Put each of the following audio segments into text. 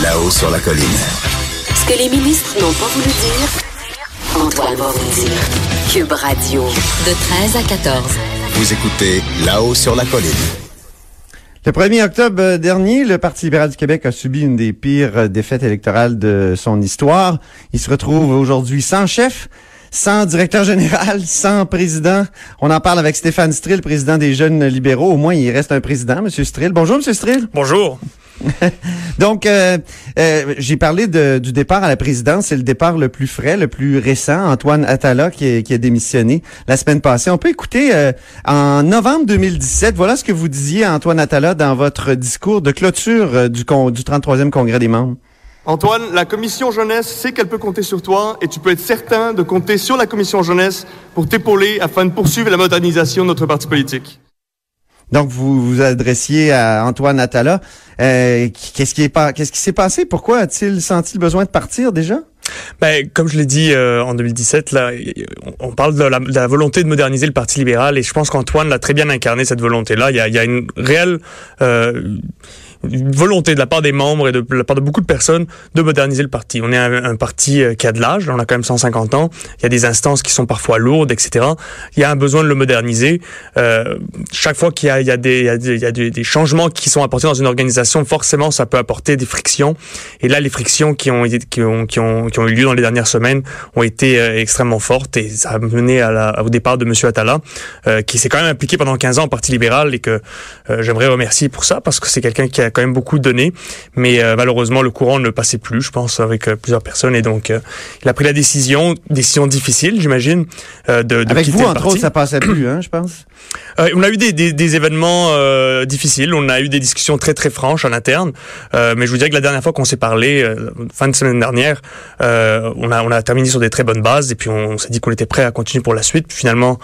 Là-haut sur la colline. Ce que les ministres n'ont pas voulu dire, Antoine va vous dire. Cube Radio, de 13 à 14. Vous écoutez Là-haut sur la colline. Le 1er octobre dernier, le Parti libéral du Québec a subi une des pires défaites électorales de son histoire. Il se retrouve aujourd'hui sans chef, sans directeur général, sans président. On en parle avec Stéphane Strill, président des Jeunes libéraux. Au moins, il reste un président, M. Strill. Bonjour, M. Strill. Bonjour. Donc, j'ai parlé du départ à la présidence. C'est le départ le plus frais, le plus récent. Antoine Atala qui a démissionné la semaine passée. On peut écouter en novembre 2017. Voilà ce que vous disiez, Antoine Atala, dans votre discours de clôture du 33e Congrès des membres. Antoine, la commission jeunesse sait qu'elle peut compter sur toi et tu peux être certain de compter sur la commission jeunesse pour t'épauler afin de poursuivre la modernisation de notre parti politique. Donc, vous vous adressiez à Antoine Atala. Qu'est-ce qui s'est passé? Pourquoi a-t-il senti le besoin de partir déjà? Ben, comme je l'ai dit en 2017, là, on parle de la volonté de moderniser le Parti libéral et je pense qu'Antoine l'a très bien incarné, cette volonté-là. Il y a une réelle une volonté de la part des membres et de la part de beaucoup de personnes de moderniser le parti. On est un parti qui a de l'âge, on a quand même 150 ans, il y a des instances qui sont parfois lourdes, etc. Il y a un besoin de le moderniser. Chaque fois qu'il y a des changements qui sont apportés dans une organisation, forcément ça peut apporter des frictions. Et là, les frictions qui ont eu lieu dans les dernières semaines ont été extrêmement fortes et ça a mené au départ de M. Atala, qui s'est quand même impliqué pendant 15 ans au Parti libéral et que j'aimerais remercier pour ça parce que c'est quelqu'un qui a quand même beaucoup donné, mais malheureusement le courant ne passait plus, je pense, avec plusieurs personnes et donc il a pris la décision difficile, j'imagine, de avec quitter vous, le entre parti. autres, ça passait plus, je pense. On a eu des événements difficiles, on a eu des discussions très très franches en interne, mais je vous dirais que la dernière fois qu'on s'est parlé, fin de semaine dernière, on a terminé sur des très bonnes bases et puis on s'est dit qu'on était prêt à continuer pour la suite. Puis finalement,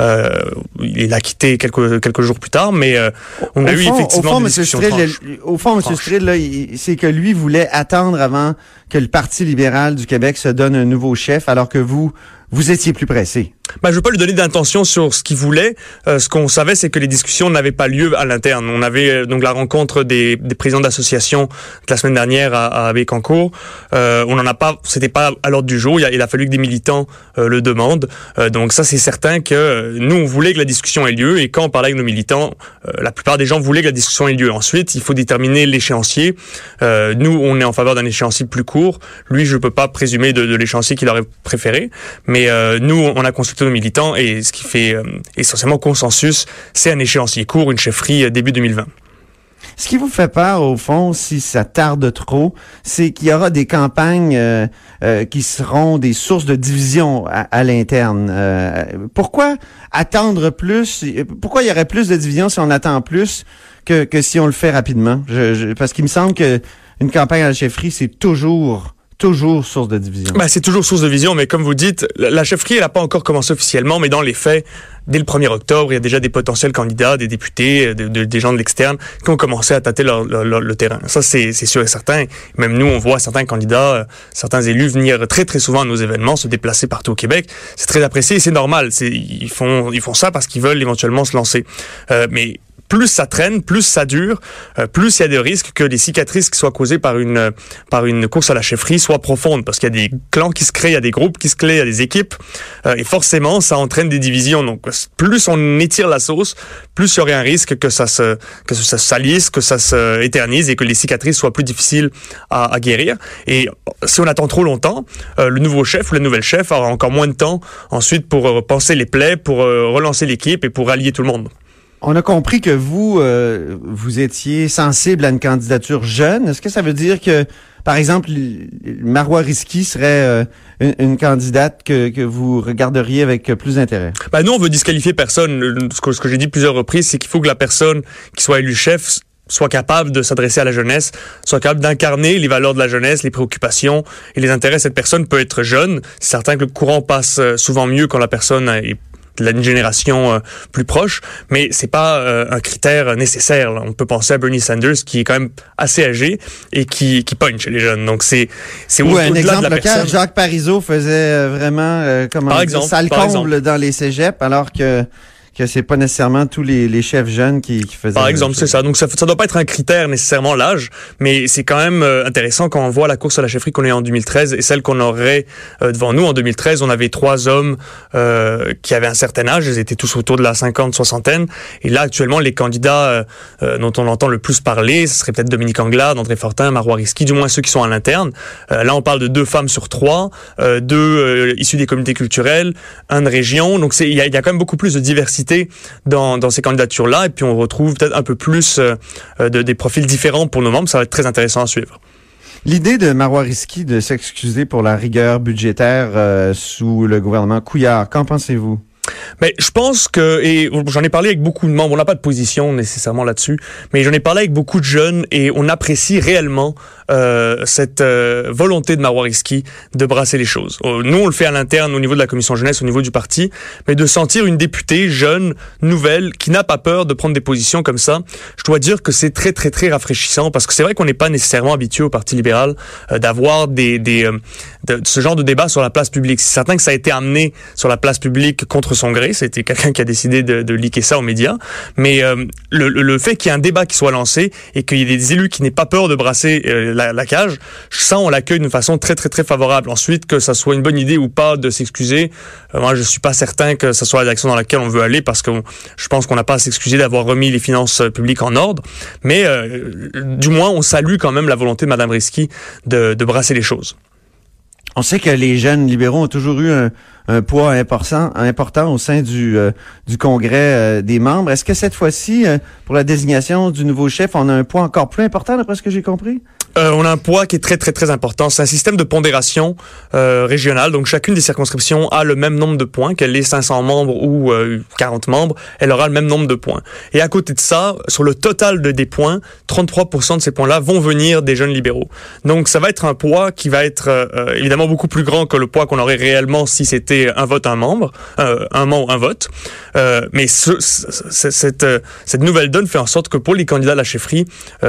il a quitté quelques jours plus tard, mais on a eu effectivement des discussions franches. Au fond, M. Strill, c'est que lui voulait attendre avant que le Parti libéral du Québec se donne un nouveau chef, alors que vous étiez plus pressé. Je veux pas lui donner d'intention sur ce qu'il voulait. Ce qu'on savait, c'est que les discussions n'avaient pas lieu à l'interne. On avait donc la rencontre des présidents d'associations de la semaine dernière à Bécancour. On n'en a pas, c'était pas à l'ordre du jour. Il a fallu que des militants le demandent. Donc ça, c'est certain que nous, on voulait que la discussion ait lieu. Et quand on parlait avec nos militants, la plupart des gens voulaient que la discussion ait lieu. Ensuite, il faut déterminer l'échéancier. Nous, on est en faveur d'un échéancier plus court. Lui, je peux pas présumer de l'échéancier qu'il aurait préféré. Mais nous, on a consulté nos militants et ce qui fait essentiellement consensus, c'est un échéancier court, une chefferie début 2020. Ce qui vous fait peur, au fond, si ça tarde trop, c'est qu'il y aura des campagnes qui seront des sources de division à l'interne. Pourquoi attendre plus? Pourquoi il y aurait plus de division si on attend plus que si on le fait rapidement? Parce qu'il me semble que une campagne à la chefferie, c'est toujours source de division. C'est toujours source de division, mais comme vous dites, la chefferie, elle n'a pas encore commencé officiellement, mais dans les faits, dès le 1er octobre, il y a déjà des potentiels candidats, des députés, des gens de l'externe qui ont commencé à tâter le terrain. Ça, c'est sûr et certain. Même nous, on voit certains candidats, certains élus venir très très souvent à nos événements, se déplacer partout au Québec. C'est très apprécié et c'est normal. Ils font ça parce qu'ils veulent éventuellement se lancer. Mais plus ça traîne, plus ça dure, plus il y a de risques que les cicatrices qui soient causées par une course à la chefferie soient profondes, parce qu'il y a des clans qui se créent, il y a des groupes qui se créent, il y a des équipes, et forcément ça entraîne des divisions. Donc plus on étire la sauce, plus il y aurait un risque que ça se salisse, que ça se éternise et que les cicatrices soient plus difficiles à guérir. Et si on attend trop longtemps, le nouveau chef ou la nouvelle chef aura encore moins de temps ensuite pour penser les plaies, pour relancer l'équipe et pour rallier tout le monde. On a compris que vous étiez sensible à une candidature jeune. Est-ce que ça veut dire que, par exemple, Marois Risky serait une candidate que vous regarderiez avec plus d'intérêt? Nous, on veut disqualifier personne. Ce que j'ai dit plusieurs reprises, c'est qu'il faut que la personne qui soit élue chef soit capable de s'adresser à la jeunesse, soit capable d'incarner les valeurs de la jeunesse, les préoccupations et les intérêts. Cette personne peut être jeune. C'est certain que le courant passe souvent mieux quand la personne est d'une génération plus proche, mais c'est pas un critère nécessaire. Là. On peut penser à Bernie Sanders qui est quand même assez âgé et qui pogne chez les jeunes. Donc c'est un exemple local. Jacques Parizeau faisait vraiment sale comble dans les cégeps, alors que que c'est pas nécessairement tous les chefs jeunes qui faisaient. Par exemple, c'est ça. Donc ça doit pas être un critère nécessairement l'âge, mais c'est quand même intéressant quand on voit la course à la chefferie qu'on a eu en 2013 et celle qu'on aurait devant nous en 2013. On avait 3 hommes qui avaient un certain âge, ils étaient tous autour de la 50-60aine. Et là, actuellement, les candidats dont on entend le plus parler, ce serait peut-être Dominique Anglade, André Fortin, Marois Risky, du moins ceux qui sont à l'interne. Là, on parle de 2 femmes sur 3, 2 issues des communautés culturelles, 1 de région. Donc il y a quand même beaucoup plus de diversité dans ces candidatures-là, et puis on retrouve peut-être un peu plus des profils différents pour nos membres. Ça va être très intéressant à suivre. L'idée de Marois Risky de s'excuser pour la rigueur budgétaire sous le gouvernement Couillard, qu'en pensez-vous? Mais je pense que, et j'en ai parlé avec beaucoup de membres, on n'a pas de position nécessairement là-dessus, mais j'en ai parlé avec beaucoup de jeunes et on apprécie réellement cette volonté de Marois Risky de brasser les choses. Nous, on le fait à l'interne au niveau de la commission jeunesse, au niveau du parti, mais de sentir une députée jeune, nouvelle, qui n'a pas peur de prendre des positions comme ça, je dois dire que c'est très, très, très rafraîchissant parce que c'est vrai qu'on n'est pas nécessairement habitué au Parti libéral d'avoir de ce genre de débat sur la place publique. C'est certain que ça a été amené sur la place publique contre son gré. C'était quelqu'un qui a décidé de leaker ça aux médias. Mais le fait qu'il y ait un débat qui soit lancé et qu'il y ait des élus qui n'aient pas peur de brasser la cage, ça, on l'accueille d'une façon très, très, très favorable. Ensuite, que ça soit une bonne idée ou pas de s'excuser, moi, je suis pas certain que ça soit la direction dans laquelle on veut aller parce que je pense qu'on n'a pas à s'excuser d'avoir remis les finances publiques en ordre. Mais du moins, on salue quand même la volonté de Mme Risky de brasser les choses. On sait que les jeunes libéraux ont toujours eu un poids important au sein du Congrès des membres. Est-ce que cette fois-ci, pour la désignation du nouveau chef, on a un poids encore plus important, d'après ce que j'ai compris? On a un poids qui est très, très, très important. C'est un système de pondération régionale. Donc, chacune des circonscriptions a le même nombre de points, qu'elle ait 500 membres ou 40 membres, elle aura le même nombre de points. Et à côté de ça, sur le total des points, 33% de ces points-là vont venir des jeunes libéraux. Donc, ça va être un poids qui va être évidemment beaucoup plus grand que le poids qu'on aurait réellement si c'était un vote, un membre, un membre, un vote. Mais cette nouvelle donne fait en sorte que pour les candidats à la chefferie,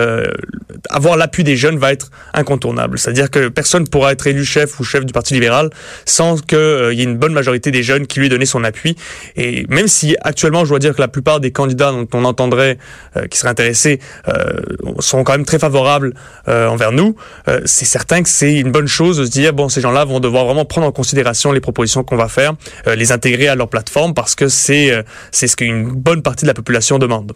avoir l'appui des jeunes va être incontournable. C'est-à-dire que personne ne pourra être élu chef ou chef du Parti libéral sans qu'il y ait une bonne majorité des jeunes qui lui aient donné son appui. Et même si actuellement, je dois dire que la plupart des candidats dont on entendrait qui seraient intéressés sont quand même très favorables envers nous, c'est certain que c'est une bonne chose de se dire, bon, ces gens-là vont devoir vraiment prendre en considération les propositions qu'on va faire, les intégrer à leur plateforme parce que c'est ce qu'une bonne partie de la population demande.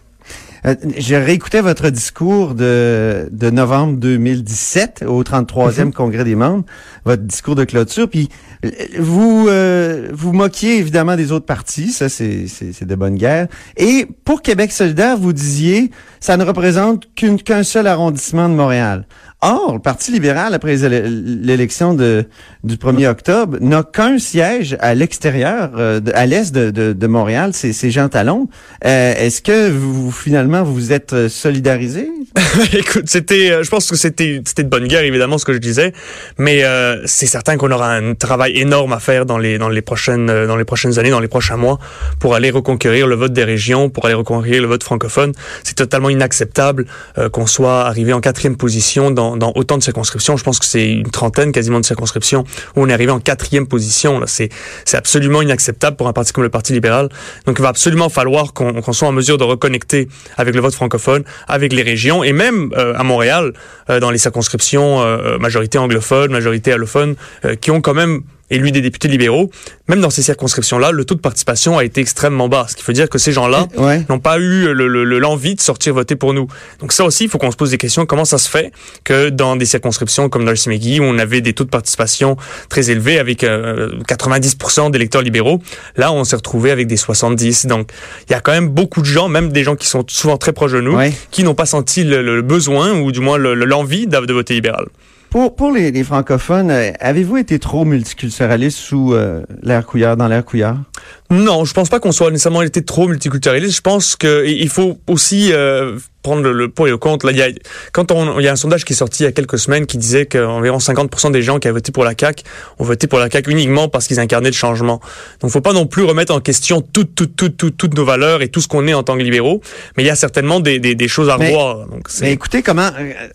J'ai réécouté votre discours de novembre 2017 au 33e Congrès des membres, votre discours de clôture, puis vous moquiez évidemment des autres partis, ça c'est de bonne guerre. Et pour Québec solidaire, vous disiez, ça ne représente qu'un seul arrondissement de Montréal. Or, le Parti libéral, après l'élection du 1er octobre, n'a qu'un siège à l'extérieur, à l'est de Montréal, c'est Jean Talon. Est-ce que finalement, vous vous êtes solidarisé? Écoute, je pense que c'était de bonne guerre, évidemment, ce que je disais, mais c'est certain qu'on aura un travail énorme à faire dans les prochaines années, dans les prochains mois, pour aller reconquérir le vote des régions, pour aller reconquérir le vote francophone. C'est totalement inacceptable qu'on soit arrivé en 4e position dans autant de circonscriptions. Je pense que c'est une trentaine quasiment de circonscriptions où on est arrivé en 4e position. Là, c'est absolument inacceptable pour un parti comme le Parti libéral. Donc, il va absolument falloir qu'on soit en mesure de reconnecter avec le vote francophone, avec les régions et même à Montréal, dans les circonscriptions majorité anglophone, majorité allophone, qui ont quand même élu des députés libéraux. Même dans ces circonscriptions-là, le taux de participation a été extrêmement bas. Ce qui veut dire que ces gens-là n'ont pas eu l'envie de sortir voter pour nous. Donc ça aussi, il faut qu'on se pose des questions. Comment ça se fait que dans des circonscriptions comme Darcy McGee, où on avait des taux de participation très élevés avec 90% d'électeurs libéraux, là, on s'est retrouvé avec des 70. Donc, il y a quand même beaucoup de gens, même des gens qui sont souvent très proches de nous, qui n'ont pas senti le besoin ou du moins l'envie de voter libéral. Pour les francophones, avez-vous été trop multiculturaliste sous l'ère Couillard, dans l'ère Couillard? Non, je pense pas qu'on soit nécessairement été trop multiculturaliste. Je pense qu'il faut aussi prendre le pour et le contre. Là, il y a un sondage qui est sorti il y a quelques semaines qui disait qu'environ 50% des gens qui avaient voté pour la CAQ ont voté pour la CAQ uniquement parce qu'ils incarnaient le changement. Donc, faut pas non plus remettre en question toutes nos valeurs et tout ce qu'on est en tant que libéraux. Mais il y a certainement des choses à revoir. Donc, mais écoutez comment,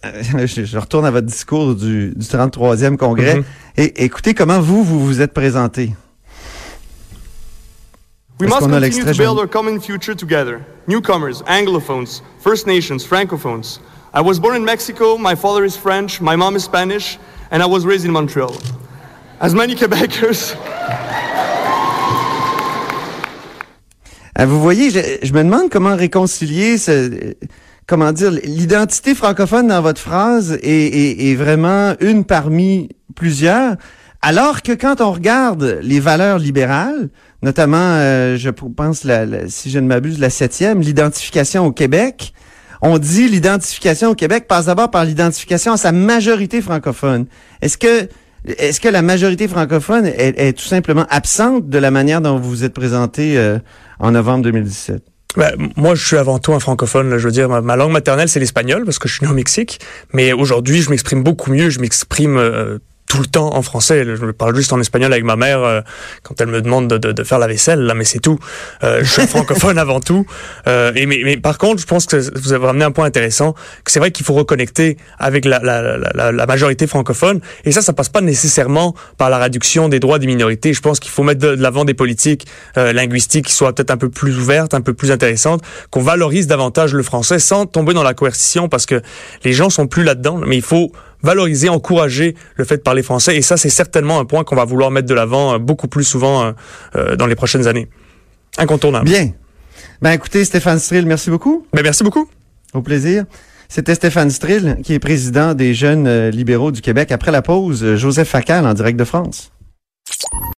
je retourne à votre discours du 33e congrès. Et écoutez comment vous êtes présenté. We Est-ce must qu'on a continue l'extrait, to build Jean? our common future together. Newcomers, Anglophones, First Nations, Francophones. I was born in Mexico, my father is French, my mom is Spanish, and I was raised in Montreal. As many Quebecers... Vous voyez, je me demande comment réconcilier l'identité francophone dans votre phrase est vraiment une parmi plusieurs, alors que quand on regarde les valeurs libérales, notamment, je pense, si je ne m'abuse, la 7e, l'identification au Québec, on dit l'identification au Québec passe d'abord par l'identification à sa majorité francophone. Est-ce que la majorité francophone est tout simplement absente de la manière dont vous vous êtes présenté en novembre 2017? Moi, je suis avant tout un francophone. Là, je veux dire, ma langue maternelle, c'est l'espagnol, parce que je suis né au Mexique. Mais aujourd'hui, je m'exprime beaucoup mieux. Je m'exprime tout le temps en français. Je parle juste en espagnol avec ma mère quand elle me demande de faire la vaisselle, là, mais c'est tout. Je suis un francophone avant tout. Mais par contre, je pense que vous avez ramené un point intéressant, que c'est vrai qu'il faut reconnecter avec la majorité francophone. Et ça passe pas nécessairement par la réduction des droits des minorités. Je pense qu'il faut mettre de l'avant des politiques linguistiques qui soient peut-être un peu plus ouvertes, un peu plus intéressantes, qu'on valorise davantage le français sans tomber dans la coercition, parce que les gens sont plus là-dedans. Mais il faut valoriser, encourager le fait de parler français. Et ça, c'est certainement un point qu'on va vouloir mettre de l'avant beaucoup plus souvent dans les prochaines années. Incontournable. Bien. Écoutez, Stéphane Strill, merci beaucoup. Merci beaucoup. Au plaisir. C'était Stéphane Strill, qui est président des Jeunes libéraux du Québec. Après la pause, Joseph Facal en direct de France.